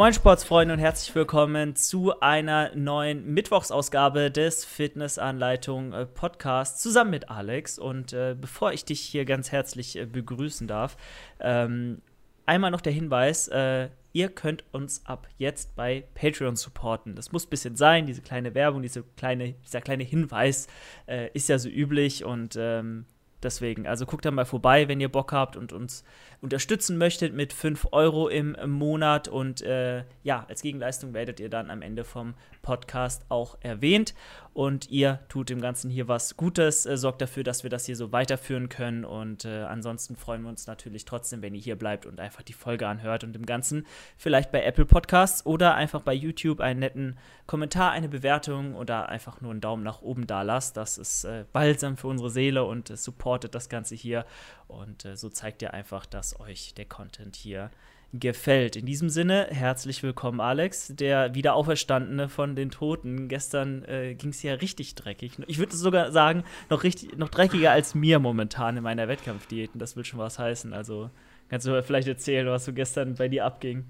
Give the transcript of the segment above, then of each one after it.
Moin Sportsfreunde und herzlich willkommen zu einer neuen Mittwochsausgabe des Fitnessanleitung Podcasts zusammen mit Alex. Und bevor ich dich hier ganz herzlich begrüßen darf, einmal noch der Hinweis, ihr könnt uns ab jetzt bei Patreon supporten. Das muss ein bisschen sein, diese kleine Werbung, dieser kleine Hinweis ist ja so üblich und deswegen, also guckt da mal vorbei, wenn ihr Bock habt und uns unterstützen möchtet mit 5 Euro im Monat. Und als Gegenleistung werdet ihr dann am Ende vom Podcast auch erwähnt. Und ihr tut dem Ganzen hier was Gutes, sorgt dafür, dass wir das hier so weiterführen können. Und ansonsten freuen wir uns natürlich trotzdem, wenn ihr hier bleibt und einfach die Folge anhört und dem Ganzen vielleicht bei Apple Podcasts oder einfach bei YouTube einen netten Kommentar, eine Bewertung oder einfach nur einen Daumen nach oben da lasst. Das ist balsam für unsere Seele und supportet das Ganze hier. Und so zeigt ihr einfach, dass euch der Content hier gefällt. In diesem Sinne, herzlich willkommen, Alex, der Wiederauferstandene von den Toten. Gestern ging es ja richtig dreckig. Ich würde sogar sagen, noch dreckiger als mir momentan in meiner Wettkampfdiät. Und das will schon was heißen. Also kannst du vielleicht erzählen, was so gestern bei dir abging?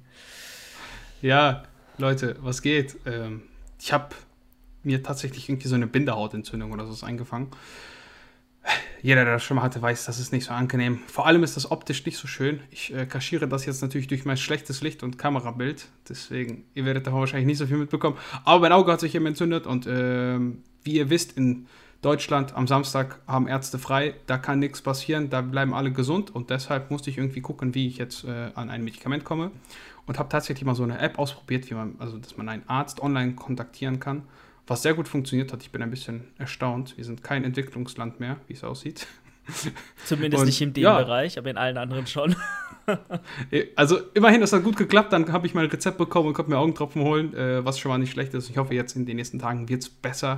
Ja, Leute, was geht? Ich habe mir tatsächlich irgendwie so eine Bindehautentzündung oder so eingefangen. Jeder, der das schon mal hatte, weiß, das ist nicht so angenehm. Vor allem ist das optisch nicht so schön. Ich kaschiere das jetzt natürlich durch mein schlechtes Licht und Kamerabild. Deswegen, ihr werdet davon wahrscheinlich nicht so viel mitbekommen. Aber mein Auge hat sich eben entzündet. Und wie ihr wisst, in Deutschland am Samstag haben Ärzte frei. Da kann nichts passieren. Da bleiben alle gesund. Und deshalb musste ich irgendwie gucken, wie ich jetzt an ein Medikament komme. Und habe tatsächlich mal so eine App ausprobiert, dass man einen Arzt online kontaktieren kann. Was sehr gut funktioniert hat. Ich bin ein bisschen erstaunt. Wir sind kein Entwicklungsland mehr, wie es aussieht. Zumindest nicht in dem Bereich, aber in allen anderen schon. Also immerhin, das hat gut geklappt. Dann habe ich mein Rezept bekommen und konnte mir Augentropfen holen, was schon mal nicht schlecht ist. Ich hoffe, jetzt in den nächsten Tagen wird es besser.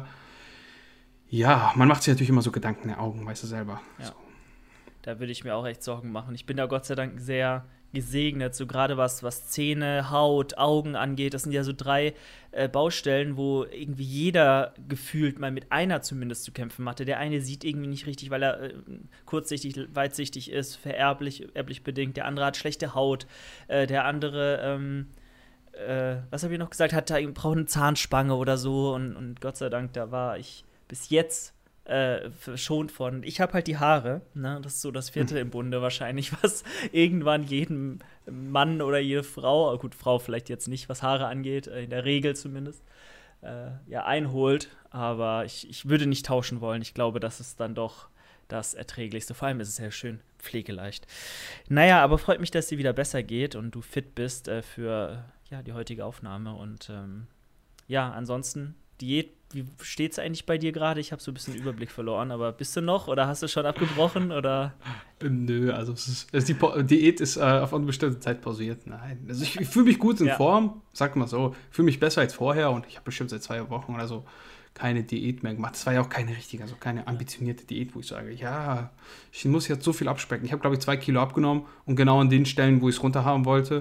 Ja, man macht sich natürlich immer so Gedanken in den Augen, weißt du selber. Ja. So. Da würde ich mir auch echt Sorgen machen. Ich bin da Gott sei Dank sehr gesegnet, so gerade was Zähne, Haut, Augen angeht. Das sind ja so 3 Baustellen, wo irgendwie jeder gefühlt mal mit einer zumindest zu kämpfen hatte. Der eine sieht irgendwie nicht richtig, weil er kurzsichtig, weitsichtig ist, erblich bedingt. Der andere hat schlechte Haut. Der andere, was habe ich noch gesagt, braucht eine Zahnspange oder so. Und Gott sei Dank, da war ich bis jetzt verschont von. Ich habe halt die Haare, ne? Das ist so das 4. im Bunde wahrscheinlich, was irgendwann jedem Mann oder jede Frau, gut, Frau vielleicht jetzt nicht, was Haare angeht, in der Regel zumindest, einholt. Aber ich würde nicht tauschen wollen. Ich glaube, das ist dann doch das Erträglichste. Vor allem ist es sehr schön pflegeleicht. Naja, aber freut mich, dass es dir wieder besser geht und du fit bist für die heutige Aufnahme. Und ansonsten Diät, wie steht's eigentlich bei dir gerade? Ich habe so ein bisschen den Überblick verloren, aber bist du noch oder hast du schon abgebrochen? Oder? Nö, also die Diät ist auf eine bestimmte Zeit pausiert. Nein, also ich fühle mich gut in Form, sag mal so, fühle mich besser als vorher und ich habe bestimmt seit 2 Wochen oder so keine Diät mehr gemacht. Das war ja auch keine richtige, also keine ambitionierte Diät, wo ich sage, ja, ich muss jetzt so viel abspecken. Ich habe, glaube ich, 2 Kilo abgenommen und genau an den Stellen, wo ich es runter haben wollte.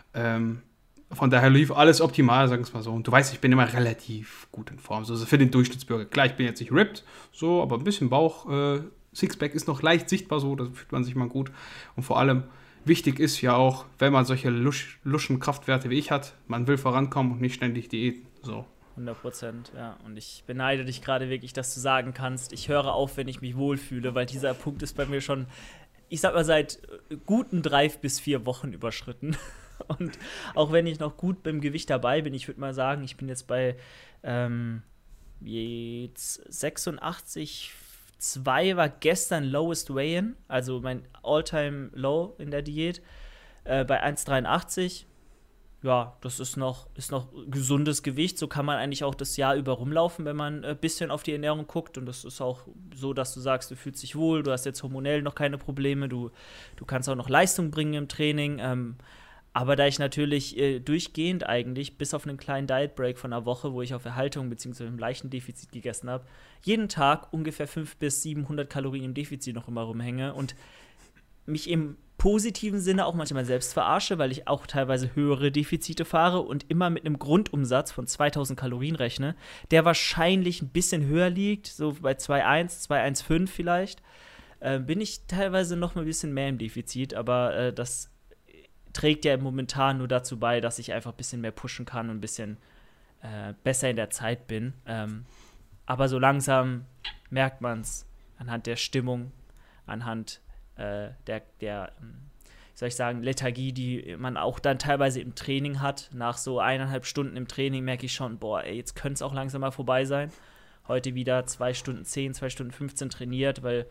Von daher lief alles optimal, sagen wir es mal so. Und du weißt, ich bin immer relativ gut in Form. So für den Durchschnittsbürger. Klar, ich bin jetzt nicht ripped, so, aber ein bisschen Bauch, Sixpack ist noch leicht sichtbar, so, da fühlt man sich mal gut. Und vor allem, wichtig ist ja auch, wenn man solche luschen Kraftwerte wie ich hat, man will vorankommen und nicht ständig Diäten. So. 100%, ja. Und ich beneide dich gerade wirklich, dass du sagen kannst, ich höre auf, wenn ich mich wohlfühle, weil dieser Punkt ist bei mir schon, ich sag mal, seit guten 3 bis 4 Wochen überschritten. Und auch wenn ich noch gut beim Gewicht dabei bin, ich würde mal sagen, ich bin jetzt bei jetzt 86,2 war gestern Lowest Weigh-In, also mein All-Time Low in der Diät, bei 1,83. Ja, das ist noch gesundes Gewicht. So kann man eigentlich auch das Jahr über rumlaufen, wenn man ein bisschen auf die Ernährung guckt. Und das ist auch so, dass du sagst, du fühlst dich wohl, du hast jetzt hormonell noch keine Probleme, du kannst auch noch Leistung bringen im Training. Aber da ich natürlich durchgehend eigentlich, bis auf einen kleinen Diet-Break von einer Woche, wo ich auf Erhaltung bzw. im leichten Defizit gegessen habe, jeden Tag ungefähr 500 bis 700 Kalorien im Defizit noch immer rumhänge und mich im positiven Sinne auch manchmal selbst verarsche, weil ich auch teilweise höhere Defizite fahre und immer mit einem Grundumsatz von 2000 Kalorien rechne, der wahrscheinlich ein bisschen höher liegt, so bei 2,1, 2,15 vielleicht, bin ich teilweise noch mal ein bisschen mehr im Defizit, aber das trägt ja momentan nur dazu bei, dass ich einfach ein bisschen mehr pushen kann und ein bisschen besser in der Zeit bin. Aber so langsam merkt man es anhand der Stimmung, anhand der wie soll ich sagen, Lethargie, die man auch dann teilweise im Training hat. Nach so 1,5 Stunden im Training merke ich schon, boah, ey, jetzt könnte es auch langsam mal vorbei sein. Heute wieder 2 Stunden 10, 2 Stunden 15 trainiert, weil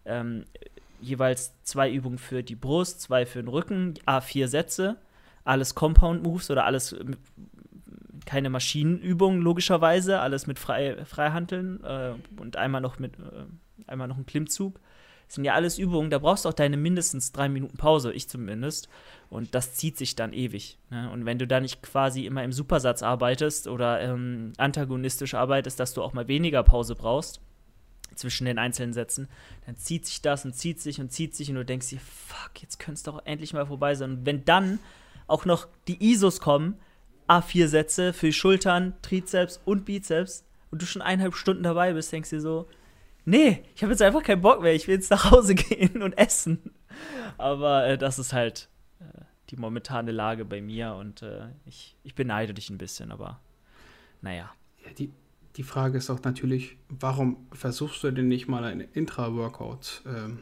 jeweils 2 Übungen für die Brust, 2 für den Rücken, 4 Sätze, alles Compound Moves oder alles keine Maschinenübungen logischerweise, alles mit Freihanteln und einmal noch ein Klimmzug. Das sind ja alles Übungen, da brauchst du auch deine mindestens 3 Minuten Pause, ich zumindest. Und das zieht sich dann ewig. Ne? Und wenn du da nicht quasi immer im Supersatz arbeitest oder antagonistisch arbeitest, dass du auch mal weniger Pause brauchst zwischen den einzelnen Sätzen, dann zieht sich das und zieht sich und zieht sich und du denkst dir, fuck, jetzt könnte es doch endlich mal vorbei sein. Und wenn dann auch noch die ISOs kommen, A4 Sätze für Schultern, Trizeps und Bizeps und du schon 1,5 Stunden dabei bist, denkst du dir so, nee, ich habe jetzt einfach keinen Bock mehr, ich will jetzt nach Hause gehen und essen. Aber das ist halt die momentane Lage bei mir und ich beneide dich ein bisschen, aber naja. Ja, die Frage ist auch natürlich, warum versuchst du denn nicht mal einen Intra-Workout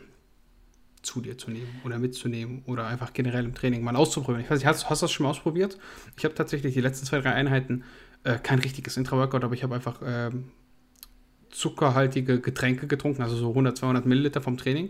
zu dir zu nehmen oder mitzunehmen oder einfach generell im Training mal auszuprobieren? Ich weiß nicht, hast du das schon mal ausprobiert? Ich habe tatsächlich die letzten 2, 3 Einheiten kein richtiges Intra-Workout, aber ich habe einfach zuckerhaltige Getränke getrunken, also so 100, 200 Milliliter vom Training.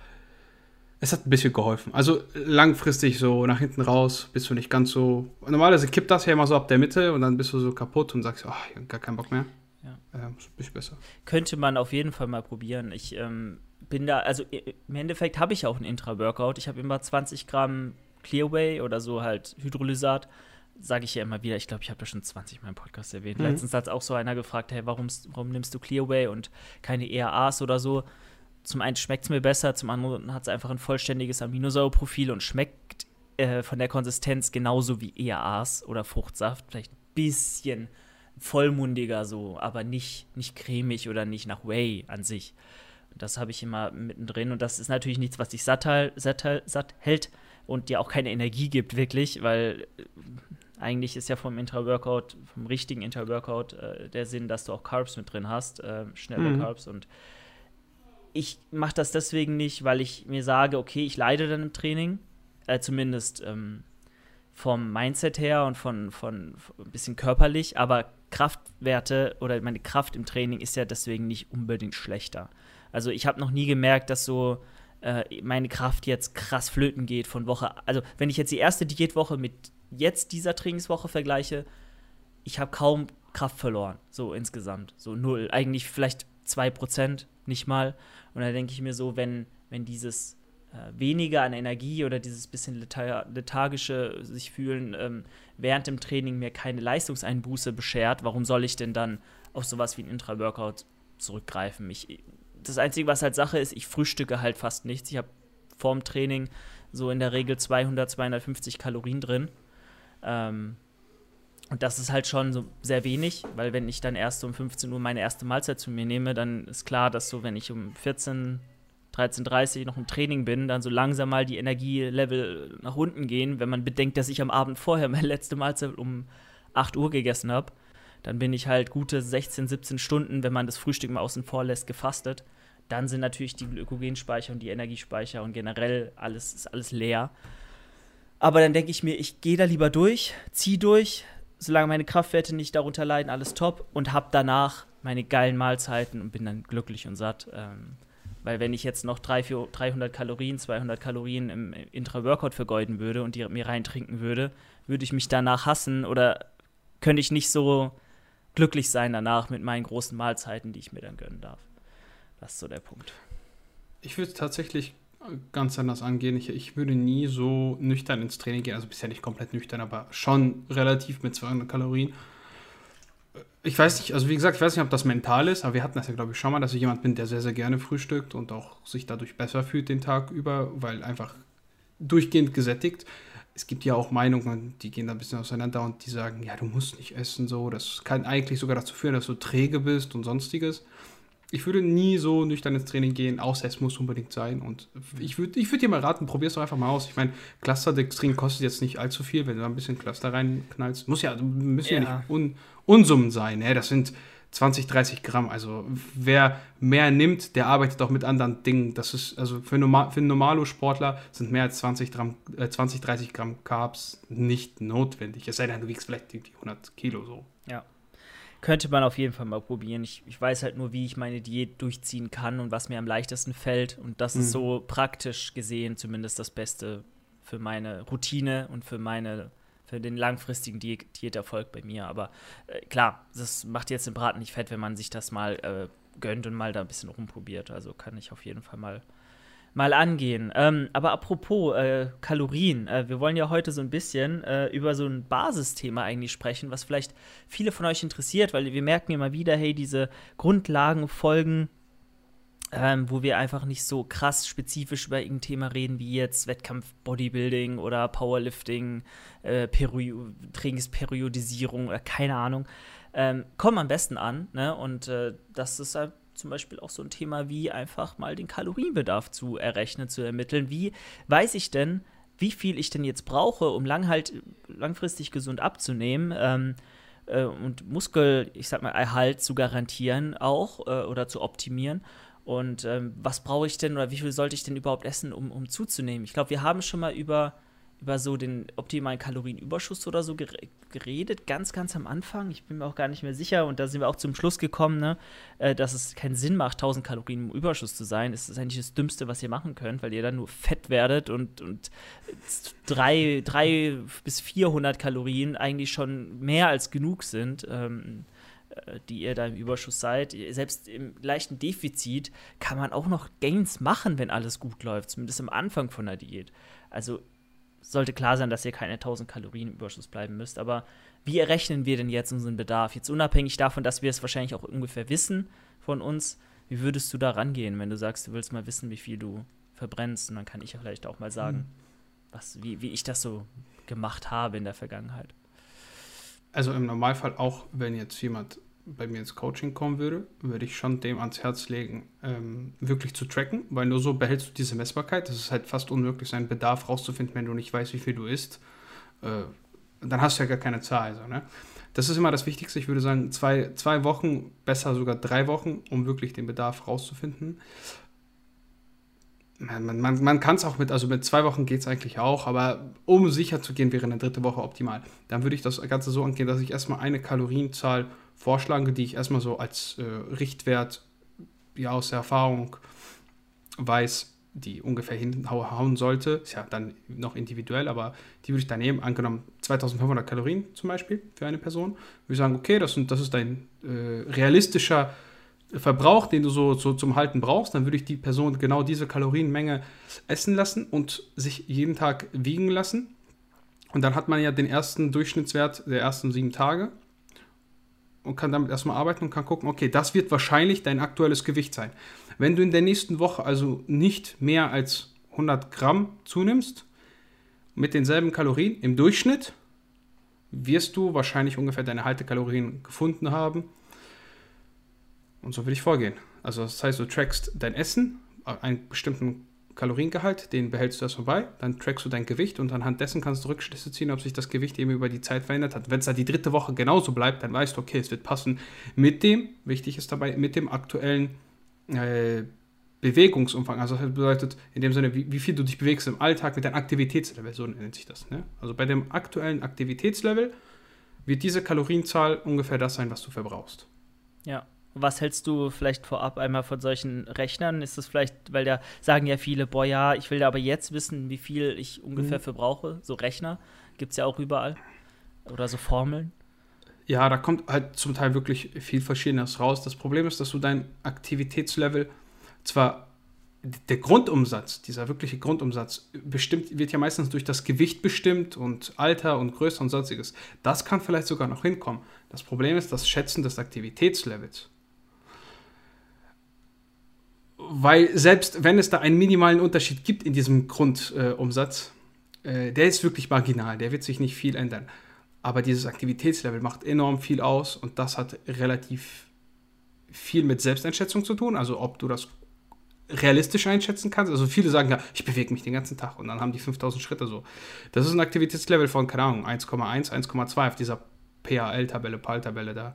Es hat ein bisschen geholfen. Also langfristig so nach hinten raus bist du nicht ganz so... Normalerweise kippt das ja immer so ab der Mitte und dann bist du so kaputt und sagst, ach, ich habe gar keinen Bock mehr. Ja. Ist ein bisschen besser. Könnte man auf jeden Fall mal probieren. Ich bin da, also im Endeffekt habe ich auch ein Intra-Workout. Ich habe immer 20 Gramm Clearway oder so halt Hydrolysat. Sage ich ja immer wieder, ich glaube, ich habe das schon 20 Mal im Podcast erwähnt. Letztens hat auch so einer gefragt, hey, warum nimmst du Clearway und keine ERAs oder so? Zum einen schmeckt es mir besser, zum anderen hat es einfach ein vollständiges Aminosäureprofil und schmeckt von der Konsistenz genauso wie ERAs oder Fruchtsaft. Vielleicht ein bisschen vollmundiger so, aber nicht cremig oder nicht nach Whey an sich. Und das habe ich immer mittendrin und das ist natürlich nichts, was dich satt hält und dir auch keine Energie gibt, wirklich, weil eigentlich ist ja vom Intra-Workout, vom richtigen Intra-Workout der Sinn, dass du auch Carbs mit drin hast, schnelle Carbs. Und ich mache das deswegen nicht, weil ich mir sage, okay, ich leide dann im Training, zumindest vom Mindset her und von ein bisschen körperlich, aber Kraftwerte oder meine Kraft im Training ist ja deswegen nicht unbedingt schlechter. Also ich habe noch nie gemerkt, dass so meine Kraft jetzt krass flöten geht von Woche. Also wenn ich jetzt die erste Diätwoche mit jetzt dieser Trainingswoche vergleiche, ich habe kaum Kraft verloren, so insgesamt, so 0, eigentlich vielleicht 2%, nicht mal. Und da denke ich mir so, wenn dieses weniger an Energie oder dieses bisschen lethargische sich fühlen während dem Training mir keine Leistungseinbuße beschert, warum soll ich denn dann auf sowas wie ein Intra-Workout zurückgreifen? Das Einzige, was halt Sache ist, ich frühstücke halt fast nichts. Ich habe vorm Training so in der Regel 200, 250 Kalorien drin. Und das ist halt schon so sehr wenig, weil wenn ich dann erst um 15 Uhr meine erste Mahlzeit zu mir nehme, dann ist klar, dass so, wenn ich um 13:30 noch im Training bin, dann so langsam mal die Energielevel nach unten gehen. Wenn man bedenkt, dass ich am Abend vorher meine letzte Mahlzeit um 8 Uhr gegessen habe, dann bin ich halt gute 16, 17 Stunden, wenn man das Frühstück mal außen vor lässt, gefastet. Dann sind natürlich die Glykogenspeicher und die Energiespeicher und generell ist alles leer. Aber dann denke ich mir, ich gehe da lieber durch, ziehe durch, solange meine Kraftwerte nicht darunter leiden, alles top und habe danach meine geilen Mahlzeiten und bin dann glücklich und satt. Weil wenn ich jetzt noch 300 Kalorien, 200 Kalorien im Intra-Workout vergeuden würde und die mir reintrinken würde, würde ich mich danach hassen oder könnte ich nicht so glücklich sein danach mit meinen großen Mahlzeiten, die ich mir dann gönnen darf. Das ist so der Punkt. Ich würde es tatsächlich ganz anders angehen. Ich würde nie so nüchtern ins Training gehen, also bisher nicht komplett nüchtern, aber schon relativ mit 200 Kalorien. Ich weiß nicht, also wie gesagt, ich weiß nicht, ob das mental ist, aber wir hatten das ja, glaube ich, schon mal, dass ich jemand bin, der sehr, sehr gerne frühstückt und auch sich dadurch besser fühlt den Tag über, weil einfach durchgehend gesättigt. Es gibt ja auch Meinungen, die gehen da ein bisschen auseinander und die sagen, ja, du musst nicht essen, so. Das kann eigentlich sogar dazu führen, dass du träge bist und sonstiges. Ich würde nie so nüchtern ins Training gehen, außer es muss unbedingt sein. Und ich würd dir mal raten, probier es doch einfach mal aus. Ich meine, Clusterdextrin kostet jetzt nicht allzu viel, wenn du da ein bisschen Cluster reinknallst. Müssen ja nicht Unsummen sein. Ne? Das sind 20, 30 Gramm. Also wer mehr nimmt, der arbeitet auch mit anderen Dingen. Das ist, also für einen Normalo-Sportler sind mehr als 20, 30 Gramm Carbs nicht notwendig. Es sei denn, du wiegst vielleicht irgendwie 100 Kilo so. Ja. Könnte man auf jeden Fall mal probieren. Ich weiß halt nur, wie ich meine Diät durchziehen kann und was mir am leichtesten fällt. Und das ist so praktisch gesehen zumindest das Beste für meine Routine und für den langfristigen Diäterfolg bei mir. Aber klar, das macht jetzt den Braten nicht fett, wenn man sich das mal gönnt und mal da ein bisschen rumprobiert. Also kann ich auf jeden Fall mal angehen. Aber apropos Kalorien, wir wollen ja heute so ein bisschen über so ein Basisthema eigentlich sprechen, was vielleicht viele von euch interessiert, weil wir merken immer wieder, hey, diese Grundlagenfolgen, wo wir einfach nicht so krass spezifisch über irgendein Thema reden, wie jetzt Wettkampf, Bodybuilding oder Powerlifting, Trainingsperiodisierung oder keine Ahnung, kommen am besten an, ne? Und das ist halt zum Beispiel auch so ein Thema wie einfach mal den Kalorienbedarf zu errechnen, zu ermitteln. Wie weiß ich denn, wie viel ich denn jetzt brauche, um langfristig gesund abzunehmen und Muskelerhalt zu garantieren auch oder zu optimieren? Und was brauche ich denn oder wie viel sollte ich denn überhaupt essen, um zuzunehmen? Ich glaube, wir haben schon mal über so den optimalen Kalorienüberschuss oder so geredet, ganz, ganz am Anfang. Ich bin mir auch gar nicht mehr sicher. Und da sind wir auch zum Schluss gekommen, ne, dass es keinen Sinn macht, 1000 Kalorien im Überschuss zu sein. Das ist eigentlich das Dümmste, was ihr machen könnt, weil ihr dann nur fett werdet und 300 bis 400 Kalorien eigentlich schon mehr als genug sind, die ihr da im Überschuss seid. Selbst im leichten Defizit kann man auch noch Gains machen, wenn alles gut läuft, zumindest am Anfang von der Diät. Also sollte klar sein, dass ihr keine 1000 Kalorien im Überschuss bleiben müsst. Aber wie errechnen wir denn jetzt unseren Bedarf? Jetzt unabhängig davon, dass wir es wahrscheinlich auch ungefähr wissen von uns, wie würdest du da rangehen, wenn du sagst, du willst mal wissen, wie viel du verbrennst? Und dann kann ich ja vielleicht auch mal sagen, wie ich das so gemacht habe in der Vergangenheit. Also im Normalfall auch, wenn jetzt jemand bei mir ins Coaching kommen würde ich schon dem ans Herz legen, wirklich zu tracken, weil nur so behältst du diese Messbarkeit. Das ist halt fast unmöglich, seinen Bedarf rauszufinden, wenn du nicht weißt, wie viel du isst. Dann hast du ja gar keine Zahl. Also, ne? Das ist immer das Wichtigste. Ich würde sagen, zwei Wochen, besser sogar 3 Wochen, um wirklich den Bedarf rauszufinden. Man kann es auch mit 2 Wochen geht es eigentlich auch, aber um sicher zu gehen, wäre eine 3. Woche optimal. Dann würde ich das Ganze so angehen, dass ich erstmal eine Kalorienzahl vorschlage, die ich erstmal so als Richtwert aus der Erfahrung weiß, die ungefähr hinhauen sollte. Ist ja dann noch individuell, aber die würde ich dann nehmen. Angenommen 2500 Kalorien zum Beispiel für eine Person. Würde ich sagen, okay, das ist dein realistischer Verbrauch, den du so zum Halten brauchst. Dann würde ich die Person genau diese Kalorienmenge essen lassen und sich jeden Tag wiegen lassen. Und dann hat man ja den ersten Durchschnittswert der ersten 7 Tage und kann damit erstmal arbeiten und kann gucken, okay, das wird wahrscheinlich dein aktuelles Gewicht sein. Wenn du in der nächsten Woche also nicht mehr als 100 Gramm zunimmst, mit denselben Kalorien im Durchschnitt, wirst du wahrscheinlich ungefähr deine Haltekalorien gefunden haben. Und so will ich vorgehen. Also das heißt, du trackst dein Essen, einen bestimmten Kaloriengehalt, den behältst du erstmal bei, dann trackst du dein Gewicht und anhand dessen kannst du Rückschlüsse ziehen, ob sich das Gewicht eben über die Zeit verändert hat. Wenn es dann die 3. Woche genauso bleibt, dann weißt du, okay, es wird passen mit dem, wichtig ist dabei, mit dem aktuellen Bewegungsumfang. Also das bedeutet in dem Sinne, wie viel du dich bewegst im Alltag mit deinem Aktivitätslevel, so nennt sich das. Ne? Also bei dem aktuellen Aktivitätslevel wird diese Kalorienzahl ungefähr das sein, was du verbrauchst. Ja. Was hältst du vielleicht vorab einmal von solchen Rechnern? Ist das vielleicht, weil da sagen ja viele, boah, ja, ich will da aber jetzt wissen, wie viel ich ungefähr verbrauche. So Rechner gibt es ja auch überall. Oder so Formeln. Ja, da kommt halt zum Teil wirklich viel Verschiedenes raus. Das Problem ist, dass du dein Aktivitätslevel zwar der Grundumsatz, dieser wirkliche Grundumsatz, wird ja meistens durch das Gewicht bestimmt und Alter und Größe und sonstiges. Das kann vielleicht sogar noch hinkommen. Das Problem ist das Schätzen des Aktivitätslevels. Weil selbst wenn es da einen minimalen Unterschied gibt in diesem Grundumsatz, der ist wirklich marginal, der wird sich nicht viel ändern. Aber dieses Aktivitätslevel macht enorm viel aus und das hat relativ viel mit Selbsteinschätzung zu tun, also ob du das realistisch einschätzen kannst. Also viele sagen ja, ich bewege mich den ganzen Tag und dann haben die 5000 Schritte so. Das ist ein Aktivitätslevel von, keine Ahnung, 1,1, 1,2 auf dieser PAL-Tabelle, PAL-Tabelle da.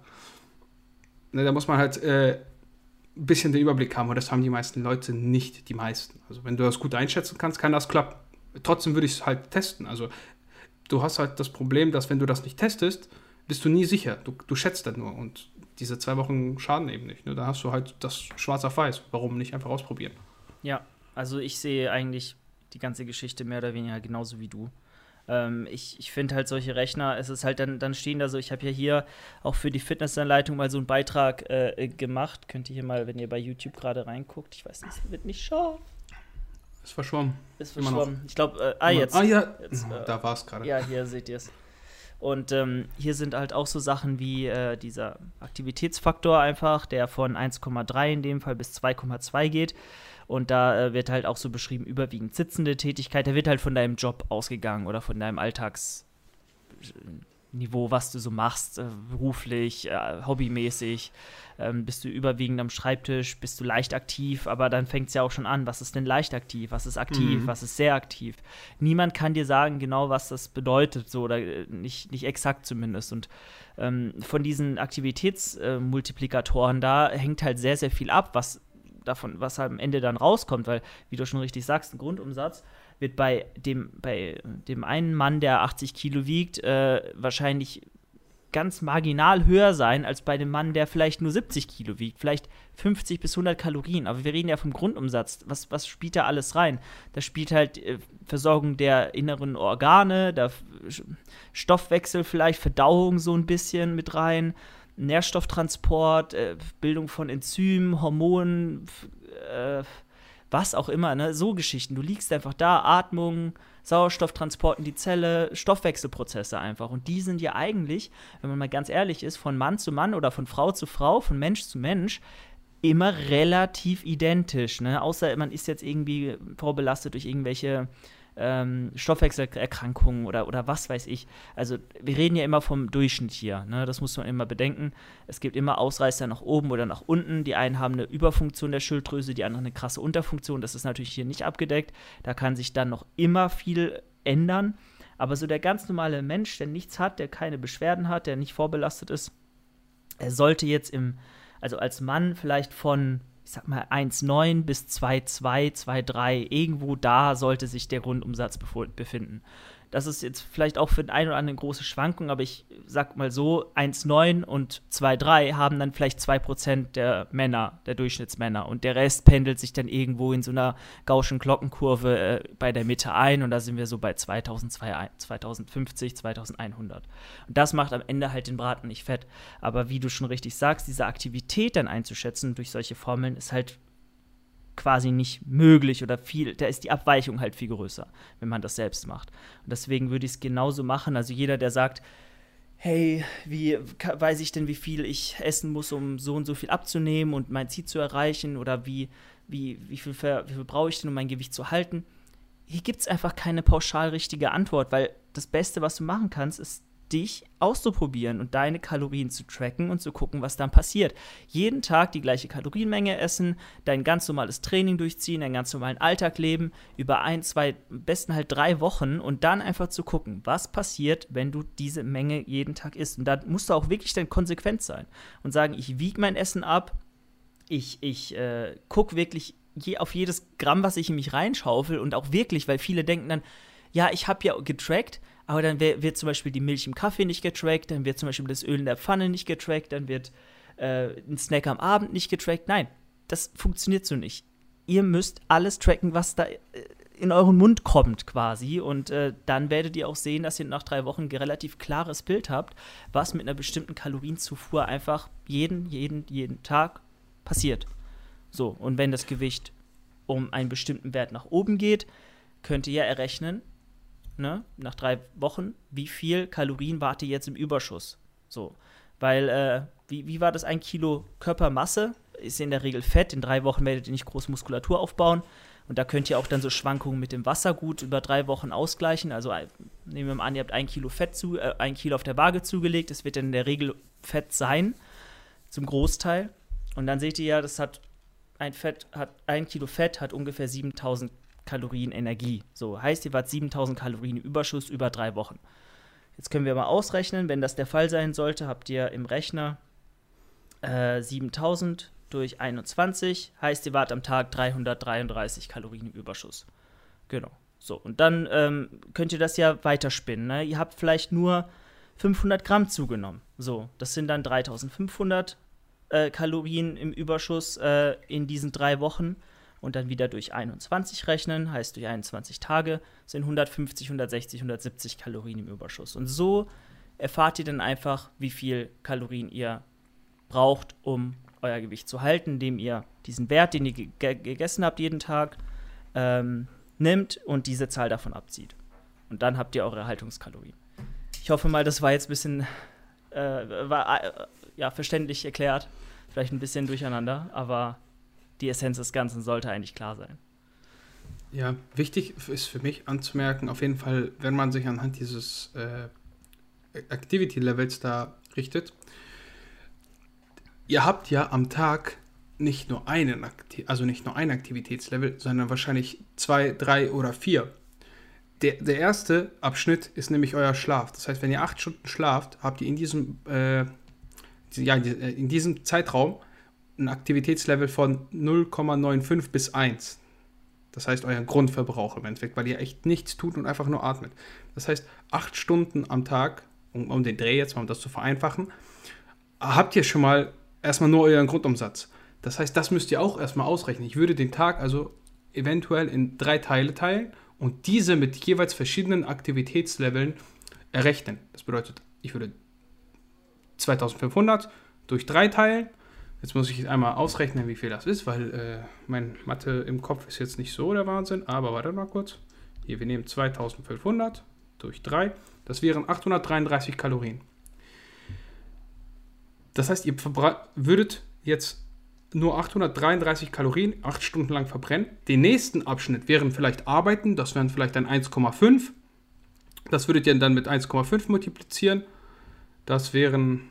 Da muss man halt ein bisschen den Überblick haben und das haben die meisten Leute nicht, die meisten. Also wenn du das gut einschätzen kannst, kann das klappen. Trotzdem würde ich es halt testen. Also du hast halt das Problem, dass wenn du das nicht testest, bist du nie sicher. Du schätzt das nur und diese 2 Wochen schaden eben nicht. Ne? Da hast du halt das schwarz auf weiß. Warum nicht einfach ausprobieren? Ja, also ich sehe eigentlich die ganze Geschichte mehr oder weniger genauso wie du. Ich finde halt solche Rechner, es ist halt dann stehen da so, ich habe ja hier auch für die Fitnessanleitung mal so einen Beitrag gemacht. Könnt ihr hier mal, wenn ihr bei YouTube gerade reinguckt, ich weiß nicht, es wird nicht scharf. Ist verschwommen. Ist verschwommen. Ich glaube, jetzt. Ja, jetzt, da war es gerade. Ja, hier seht ihr es. Und hier sind halt auch so Sachen wie dieser Aktivitätsfaktor einfach, der von 1,3 in dem Fall bis 2,2 geht. Und da wird halt auch so beschrieben, überwiegend sitzende Tätigkeit. Da wird halt von deinem Job ausgegangen oder von deinem Alltagsniveau, was du so machst, beruflich, hobbymäßig. Bist du überwiegend am Schreibtisch, bist du leicht aktiv, aber dann fängt es ja auch schon an, was ist denn leicht aktiv, was ist aktiv, was ist sehr aktiv. Niemand kann dir sagen genau, was das bedeutet, so oder nicht exakt zumindest. Und von diesen Aktivitätsmultiplikatoren, da hängt halt sehr, sehr viel ab, was halt am Ende dann rauskommt, weil, wie du schon richtig sagst, ein Grundumsatz wird bei dem einen Mann, der 80 Kilo wiegt, wahrscheinlich ganz marginal höher sein als bei dem Mann, der vielleicht nur 70 Kilo wiegt, vielleicht 50 bis 100 Kalorien, aber wir reden ja vom Grundumsatz, was spielt da alles rein? Da spielt halt Versorgung der inneren Organe, der Stoffwechsel vielleicht, Verdauung so ein bisschen mit rein, Nährstofftransport, Bildung von Enzymen, Hormonen, was auch immer, ne? So Geschichten. Du liegst einfach da, Atmung, Sauerstofftransport in die Zelle, Stoffwechselprozesse einfach. Und die sind ja eigentlich, wenn man mal ganz ehrlich ist, von Mann zu Mann oder von Frau zu Frau, von Mensch zu Mensch, immer relativ identisch, ne? Außer man ist jetzt irgendwie vorbelastet durch irgendwelche Stoffwechselerkrankungen oder was weiß ich. Also wir reden ja immer vom Durchschnitt hier, ne? Das muss man immer bedenken. Es gibt immer Ausreißer nach oben oder nach unten. Die einen haben eine Überfunktion der Schilddrüse, die anderen eine krasse Unterfunktion. Das ist natürlich hier nicht abgedeckt. Da kann sich dann noch immer viel ändern. Aber so der ganz normale Mensch, der nichts hat, der keine Beschwerden hat, der nicht vorbelastet ist, er sollte jetzt also als Mann vielleicht von, ich sag mal, 1,9 bis 2,2, 2,3, irgendwo da sollte sich der Grundumsatz befinden. Das ist jetzt vielleicht auch für den einen oder anderen eine große Schwankung, aber ich sag mal so, 1,9 und 2,3 haben dann vielleicht 2% der Männer, der Durchschnittsmänner. Und der Rest pendelt sich dann irgendwo in so einer Gaußschen Glockenkurve bei der Mitte ein. Und da sind wir so bei 2050, 2100. Und das macht am Ende halt den Braten nicht fett. Aber wie du schon richtig sagst, diese Aktivität dann einzuschätzen durch solche Formeln ist halt quasi nicht möglich oder da ist die Abweichung halt viel größer, wenn man das selbst macht. Und deswegen würde ich es genauso machen. Also jeder, der sagt, hey, wie weiß ich denn, wie viel ich essen muss, um so und so viel abzunehmen und mein Ziel zu erreichen oder wie viel brauche ich denn, um mein Gewicht zu halten? Hier gibt es einfach keine pauschal richtige Antwort, weil das Beste, was du machen kannst, ist dich auszuprobieren und deine Kalorien zu tracken und zu gucken, was dann passiert. Jeden Tag die gleiche Kalorienmenge essen, dein ganz normales Training durchziehen, deinen ganz normalen Alltag leben, über 1, 2, am besten halt 3 Wochen und dann einfach zu gucken, was passiert, wenn du diese Menge jeden Tag isst. Und da musst du auch wirklich dann konsequent sein und sagen, ich wiege mein Essen ab, ich gucke wirklich auf jedes Gramm, was ich in mich reinschaufel und auch wirklich, weil viele denken dann, ja, ich habe ja getrackt, aber dann wird zum Beispiel die Milch im Kaffee nicht getrackt, dann wird zum Beispiel das Öl in der Pfanne nicht getrackt, dann wird ein Snack am Abend nicht getrackt. Nein, das funktioniert so nicht. Ihr müsst alles tracken, was da in euren Mund kommt quasi und dann werdet ihr auch sehen, dass ihr nach 3 Wochen ein relativ klares Bild habt, was mit einer bestimmten Kalorienzufuhr einfach jeden Tag passiert. So, und wenn das Gewicht um einen bestimmten Wert nach oben geht, könnt ihr ja errechnen, ne, nach 3 Wochen, wie viel Kalorien wart ihr jetzt im Überschuss? So, weil, wie war das, 1 Kilo Körpermasse? Ist in der Regel Fett, in 3 Wochen werdet ihr nicht groß Muskulatur aufbauen und da könnt ihr auch dann so Schwankungen mit dem Wasser gut über 3 Wochen ausgleichen, also nehmen wir mal an, ihr habt 1 Kilo Fett 1 Kilo auf der Waage zugelegt, es wird dann in der Regel Fett sein, zum Großteil Und dann seht ihr ja, ein Kilo Fett hat ungefähr 7000 Kalorien Energie. So, heißt, ihr wart 7000 Kalorien im Überschuss über 3 Wochen. Jetzt können wir mal ausrechnen, wenn das der Fall sein sollte, habt ihr im Rechner 7000 durch 21, heißt, ihr wart am Tag 333 Kalorien im Überschuss. Genau. So, und dann könnt ihr das ja weiterspinnen. Ne? Ihr habt vielleicht nur 500 Gramm zugenommen. So, das sind dann 3500 Kalorien im Überschuss in diesen 3 Wochen. Und dann wieder durch 21 rechnen, heißt durch 21 Tage, sind 150, 160, 170 Kalorien im Überschuss. Und so erfahrt ihr dann einfach, wie viel Kalorien ihr braucht, um euer Gewicht zu halten, indem ihr diesen Wert, den ihr gegessen habt jeden Tag, nimmt und diese Zahl davon abzieht. Und dann habt ihr eure Erhaltungskalorien. Ich hoffe mal, das war jetzt ein bisschen verständlich erklärt. Vielleicht ein bisschen durcheinander, aber die Essenz des Ganzen sollte eigentlich klar sein. Ja, wichtig ist für mich anzumerken, auf jeden Fall, wenn man sich anhand dieses Activity-Levels da richtet, ihr habt ja am Tag nicht nur ein Aktivitätslevel, sondern wahrscheinlich 2, 3 oder 4. Der erste Abschnitt ist nämlich euer Schlaf. Das heißt, wenn ihr 8 Stunden schlaft, habt ihr in diesem Zeitraum ein Aktivitätslevel von 0,95 bis 1. Das heißt, euer Grundverbrauch im Endeffekt, weil ihr echt nichts tut und einfach nur atmet. Das heißt, 8 Stunden am Tag, um den Dreh jetzt mal, um das zu vereinfachen, habt ihr schon mal erstmal nur euren Grundumsatz. Das heißt, das müsst ihr auch erstmal ausrechnen. Ich würde den Tag also eventuell in 3 Teile teilen und diese mit jeweils verschiedenen Aktivitätsleveln errechnen. Das bedeutet, ich würde 2500 durch 3 teilen. Jetzt muss ich einmal ausrechnen, wie viel das ist, weil mein Mathe im Kopf ist jetzt nicht so der Wahnsinn. Aber warte mal kurz. Hier, wir nehmen 2500 durch 3. Das wären 833 Kalorien. Das heißt, ihr würdet jetzt nur 833 Kalorien 8 Stunden lang verbrennen. Den nächsten Abschnitt wären vielleicht Arbeiten. Das wären vielleicht dann 1,5. Das würdet ihr dann mit 1,5 multiplizieren. Das wären,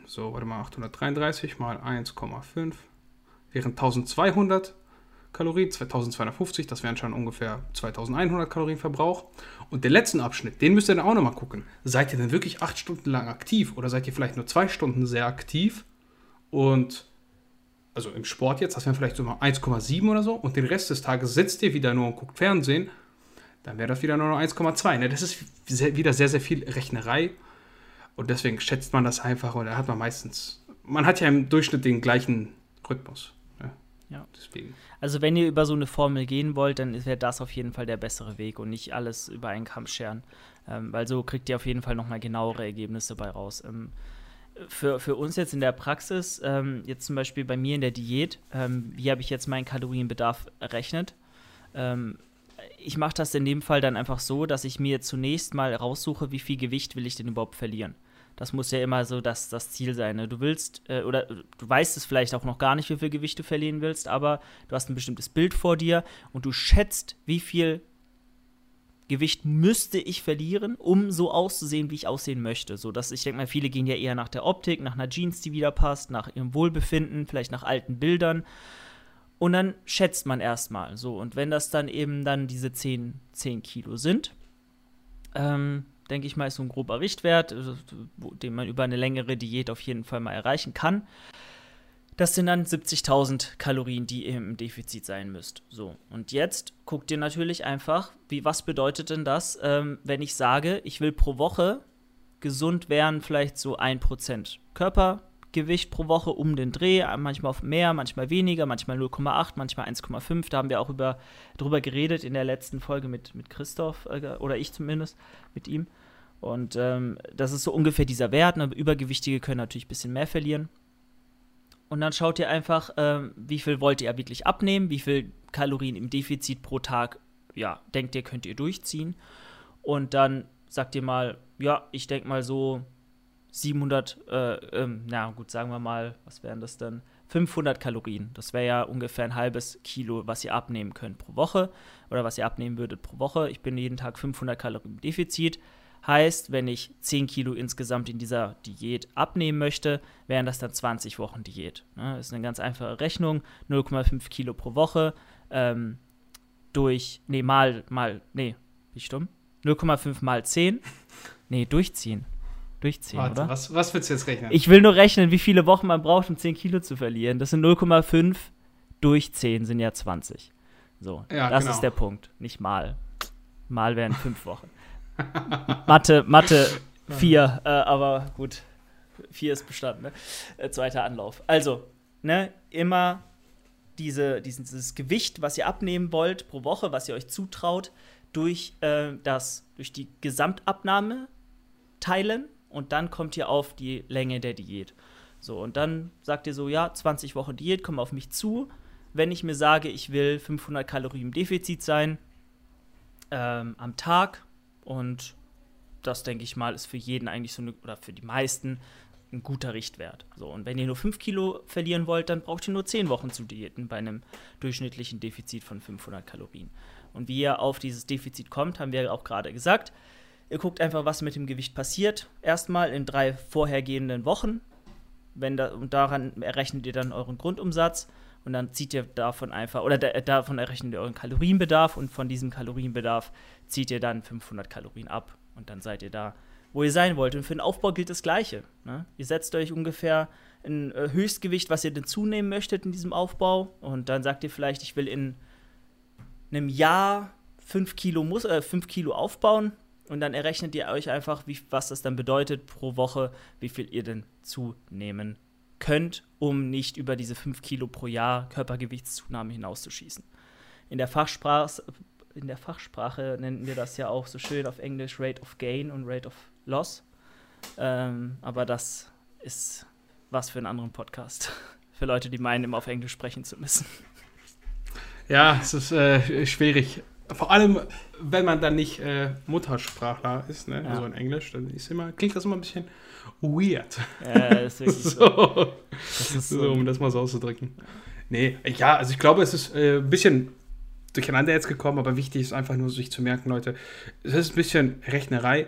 833 mal 1,5 wären 1200 Kalorien, 2250, das wären schon ungefähr 2100 Kalorien Verbrauch. Und den letzten Abschnitt, den müsst ihr dann auch nochmal gucken. Seid ihr denn wirklich 8 Stunden lang aktiv oder seid ihr vielleicht nur 2 Stunden sehr aktiv? Und, also im Sport jetzt, das wären vielleicht so mal 1,7 oder so. Und den Rest des Tages sitzt ihr wieder nur und guckt Fernsehen. Dann wäre das wieder nur noch 1,2. Ne? Das ist wieder sehr, sehr viel Rechnerei. Und deswegen schätzt man das einfach und da hat man hat ja im Durchschnitt den gleichen Rhythmus. Ja. Deswegen. Also wenn ihr über so eine Formel gehen wollt, dann wäre das auf jeden Fall der bessere Weg und nicht alles über einen Kamm scheren. Weil so kriegt ihr auf jeden Fall nochmal genauere Ergebnisse bei raus. Für uns jetzt in der Praxis, jetzt zum Beispiel bei mir in der Diät, wie habe ich jetzt meinen Kalorienbedarf errechnet? Ich mache das in dem Fall dann einfach so, dass ich mir zunächst mal raussuche, wie viel Gewicht will ich denn überhaupt verlieren. Das muss ja immer so das Ziel sein. Ne? Du willst, oder du weißt es vielleicht auch noch gar nicht, wie viel Gewicht du verlieren willst, aber du hast ein bestimmtes Bild vor dir und du schätzt, wie viel Gewicht müsste ich verlieren, um so auszusehen, wie ich aussehen möchte. So, dass ich denke mal, viele gehen ja eher nach der Optik, nach einer Jeans, die wieder passt, nach ihrem Wohlbefinden, vielleicht nach alten Bildern. Und dann schätzt man erstmal so. Und wenn das dann eben dann diese 10 Kilo sind, denke ich mal, ist so ein grober Richtwert, den man über eine längere Diät auf jeden Fall mal erreichen kann. Das sind dann 70.000 Kalorien, die ihr im Defizit sein müsst. So, und jetzt guckt ihr natürlich einfach, was bedeutet denn das, wenn ich sage, ich will pro Woche gesund werden, vielleicht so 1% Körpergewicht pro Woche um den Dreh, manchmal auf mehr, manchmal weniger, manchmal 0,8, manchmal 1,5. Da haben wir auch drüber geredet in der letzten Folge mit Christoph, oder ich zumindest, mit ihm. Und das ist so ungefähr dieser Wert. Ne? Übergewichtige können natürlich ein bisschen mehr verlieren. Und dann schaut ihr einfach, wie viel wollt ihr wirklich abnehmen, wie viel Kalorien im Defizit pro Tag, denkt ihr, könnt ihr durchziehen. Und dann sagt ihr mal, ich denke mal so 700, sagen wir mal, was wären das dann? 500 Kalorien. Das wäre ja ungefähr ein halbes Kilo, was ihr abnehmen könnt pro Woche oder was ihr abnehmen würdet pro Woche. Ich bin jeden Tag 500 Kalorien im Defizit. Heißt, wenn ich 10 Kilo insgesamt in dieser Diät abnehmen möchte, wären das dann 20 Wochen Diät. Das ist eine ganz einfache Rechnung. 0,5 Kilo pro Woche wie stumm? 0,5 mal 10. Nee, durchziehen. Warte, oder? Was willst du jetzt rechnen? Ich will nur rechnen, wie viele Wochen man braucht, um 10 Kilo zu verlieren. Das sind 0,5 durch 10 sind ja 20. So, ja, das genau. ist der Punkt. Nicht mal. Mal wären 5 Wochen. Mathe 4, aber gut. 4 ist bestanden, ne? Zweiter Anlauf. Also, ne, immer dieses Gewicht, was ihr abnehmen wollt pro Woche, was ihr euch zutraut, durch die Gesamtabnahme teilen und dann kommt ihr auf die Länge der Diät. So, und dann sagt ihr so, ja, 20 Wochen Diät, komm auf mich zu. Wenn ich mir sage, ich will 500 Kalorien im Defizit sein am Tag, und das, denke ich mal, ist für jeden eigentlich oder für die meisten ein guter Richtwert. So, und wenn ihr nur 5 Kilo verlieren wollt, dann braucht ihr nur 10 Wochen zu diäten bei einem durchschnittlichen Defizit von 500 Kalorien. Und wie ihr auf dieses Defizit kommt, haben wir auch gerade gesagt. Ihr guckt einfach, was mit dem Gewicht passiert. Erstmal in 3 vorhergehenden Wochen. Und daran errechnet ihr dann euren Grundumsatz. Und dann zieht ihr davon davon errechnet ihr euren Kalorienbedarf. Und von diesem Kalorienbedarf zieht ihr dann 500 Kalorien ab. Und dann seid ihr da, wo ihr sein wollt. Und für den Aufbau gilt das Gleiche. Ne? Ihr setzt euch ungefähr ein Höchstgewicht, was ihr denn zunehmen möchtet in diesem Aufbau. Und dann sagt ihr vielleicht, ich will in einem Jahr 5 Kilo aufbauen. Und dann errechnet ihr euch einfach, was das dann bedeutet pro Woche, wie viel ihr denn zunehmen könnt, um nicht über diese 5 Kilo pro Jahr Körpergewichtszunahme hinauszuschießen. In der Fachsprache nennen wir das ja auch so schön auf Englisch Rate of Gain und Rate of Loss. Aber das ist was für einen anderen Podcast. Für Leute, die meinen, immer auf Englisch sprechen zu müssen. Ja, es ist schwierig. Vor allem, wenn man dann nicht Muttersprachler ist, ne? Ja. Also in Englisch, dann klingt das immer ein bisschen weird. Ja, das ist wirklich so. Das ist so, um das mal so auszudrücken. Nee, ja, also ich glaube, es ist ein bisschen durcheinander jetzt gekommen, aber wichtig ist einfach nur, sich zu merken, Leute, es ist ein bisschen Rechnerei.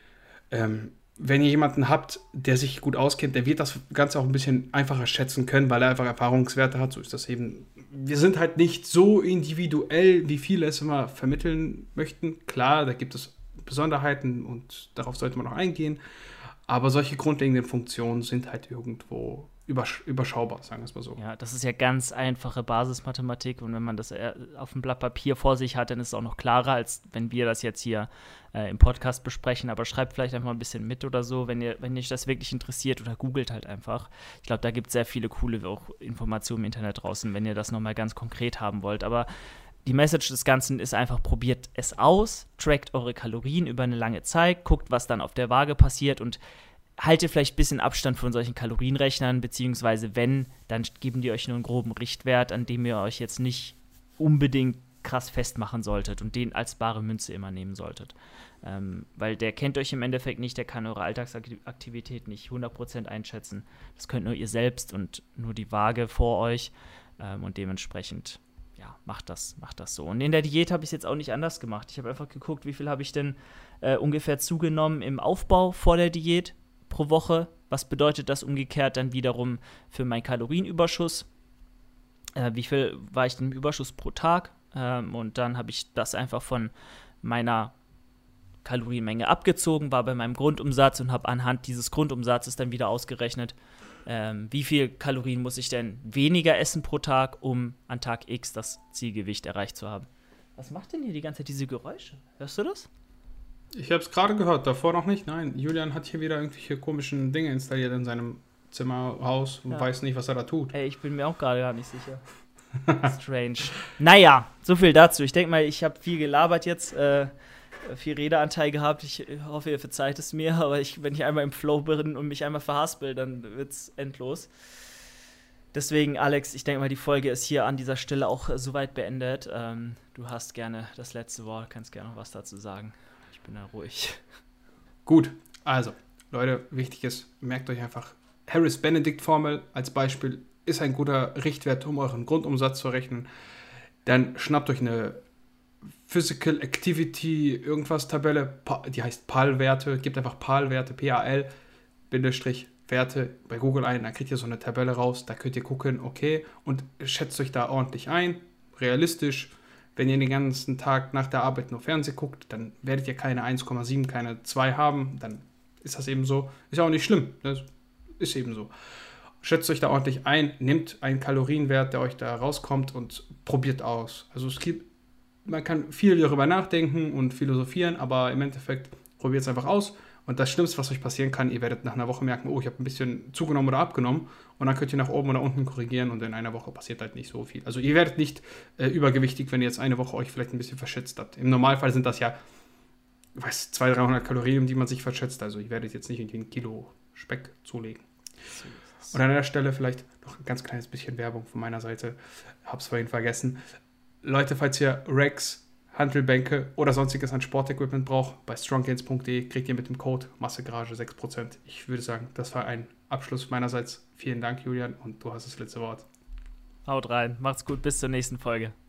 Wenn ihr jemanden habt, der sich gut auskennt, der wird das Ganze auch ein bisschen einfacher schätzen können, weil er einfach Erfahrungswerte hat. So ist das eben. Wir sind halt nicht so individuell, wie viele es immer vermitteln möchten. Klar, da gibt es Besonderheiten und darauf sollte man noch eingehen. Aber solche grundlegenden Funktionen sind halt irgendwo überschaubar, sagen wir es mal so. Ja, das ist ja ganz einfache Basismathematik, und wenn man das auf dem Blatt Papier vor sich hat, dann ist es auch noch klarer, als wenn wir das jetzt hier im Podcast besprechen. Aber schreibt vielleicht einfach ein bisschen mit oder so, wenn euch das wirklich interessiert, oder googelt halt einfach. Ich glaube, da gibt es sehr viele coole auch Informationen im Internet draußen, wenn ihr das nochmal ganz konkret haben wollt. Aber die Message des Ganzen ist einfach, probiert es aus, trackt eure Kalorien über eine lange Zeit, guckt, was dann auf der Waage passiert, und haltet vielleicht ein bisschen Abstand von solchen Kalorienrechnern, beziehungsweise wenn, dann geben die euch nur einen groben Richtwert, an dem ihr euch jetzt nicht unbedingt krass festmachen solltet und den als bare Münze immer nehmen solltet. Weil der kennt euch im Endeffekt nicht, der kann eure Alltagsaktivität nicht 100% einschätzen. Das könnt nur ihr selbst und nur die Waage vor euch, und dementsprechend, ja, macht das so. Und in der Diät habe ich es jetzt auch nicht anders gemacht. Ich habe einfach geguckt, wie viel habe ich denn ungefähr zugenommen im Aufbau vor der Diät pro Woche. Was bedeutet das umgekehrt dann wiederum für meinen Kalorienüberschuss? Wie viel war ich denn im Überschuss pro Tag? Und dann habe ich das einfach von meiner Kalorienmenge abgezogen, war bei meinem Grundumsatz und habe anhand dieses Grundumsatzes dann wieder ausgerechnet, wie viel Kalorien muss ich denn weniger essen pro Tag, um an Tag X das Zielgewicht erreicht zu haben. Was macht denn hier die ganze Zeit diese Geräusche? Hörst du das? Ich habe es gerade gehört, davor noch nicht. Nein, Julian hat hier wieder irgendwelche komischen Dinge installiert in seinem Zimmer, Haus und weiß nicht, was er da tut. Ey, ich bin mir auch gerade gar nicht sicher. Strange. Naja, so viel dazu. Ich denke mal, ich habe viel gelabert jetzt, viel Redeanteil gehabt. Ich hoffe, ihr verzeiht es mir, aber wenn ich einmal im Flow bin und mich einmal verhaspel, dann wird's endlos. Deswegen, Alex, ich denke mal, die Folge ist hier an dieser Stelle auch soweit beendet. Du hast gerne das letzte Wort, kannst gerne noch was dazu sagen. Ich bin da ruhig. Gut, also, Leute, wichtig ist, merkt euch einfach, Harris-Benedict-Formel als Beispiel ist ein guter Richtwert, um euren Grundumsatz zu rechnen. Dann schnappt euch eine Physical Activity, irgendwas Tabelle, die heißt PAL-Werte, gebt einfach PAL-Werte, PAL, Bindestrich, Werte bei Google ein, dann kriegt ihr so eine Tabelle raus, da könnt ihr gucken, okay, und schätzt euch da ordentlich ein, realistisch. Wenn ihr den ganzen Tag nach der Arbeit nur Fernsehen guckt, dann werdet ihr keine 1,7, keine 2 haben, dann ist das eben so. Ist ja auch nicht schlimm, das ist eben so. Schätzt euch da ordentlich ein, nehmt einen Kalorienwert, der euch da rauskommt und probiert aus. Also man kann viel darüber nachdenken und philosophieren, aber im Endeffekt probiert es einfach aus. Und das Schlimmste, was euch passieren kann, ihr werdet nach einer Woche merken, oh, ich habe ein bisschen zugenommen oder abgenommen. Und dann könnt ihr nach oben oder unten korrigieren und in einer Woche passiert halt nicht so viel. Also ihr werdet nicht übergewichtig, wenn ihr jetzt eine Woche euch vielleicht ein bisschen verschätzt habt. Im Normalfall sind das ja, 200-300 Kalorien, um die man sich verschätzt. Also ihr werdet jetzt nicht irgendwie ein Kilo Speck zulegen. Und an der Stelle vielleicht noch ein ganz kleines bisschen Werbung von meiner Seite. Hab's vorhin vergessen. Leute, falls ihr Racks, Hantelbänke oder sonstiges an Sportequipment braucht, bei stronggains.de kriegt ihr mit dem Code Massegarage 6%. Ich würde sagen, das war ein Abschluss meinerseits. Vielen Dank, Julian, und du hast das letzte Wort. Haut rein, macht's gut, bis zur nächsten Folge.